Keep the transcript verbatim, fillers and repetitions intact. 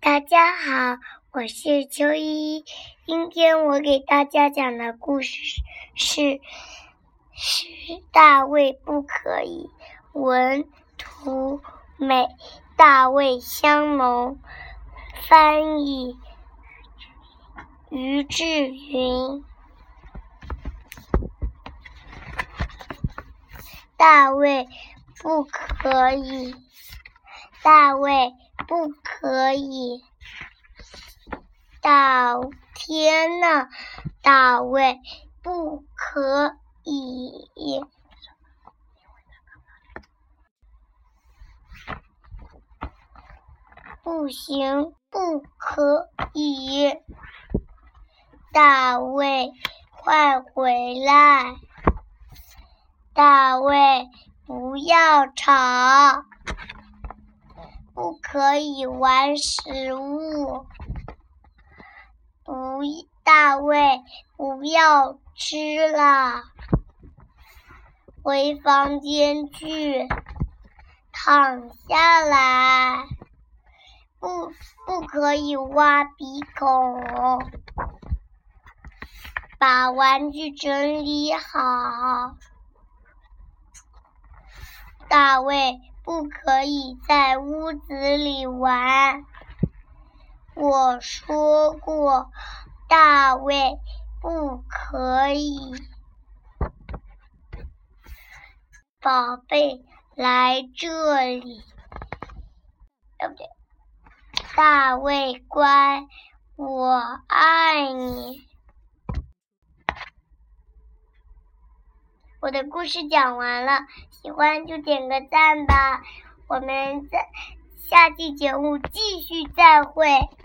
大家好，我是秋依。今天我给大家讲的故事是是大卫不可以。文图美，大卫香农，翻译于志云。大卫不可以，大卫不可以。大天呐，大卫不可以。不行，不可以。大卫，快回来！大卫，不要吵！不可以玩食物！不，大卫，不要吃了！回房间去，躺下来！不，不可以挖鼻孔！把玩具整理好！大卫，不可以在屋子里玩！我说过，大卫不可以。宝贝，来这里。对不对？大卫乖，我爱你。我的故事讲完了，喜欢就点个赞吧。我们在下期节目继续再会。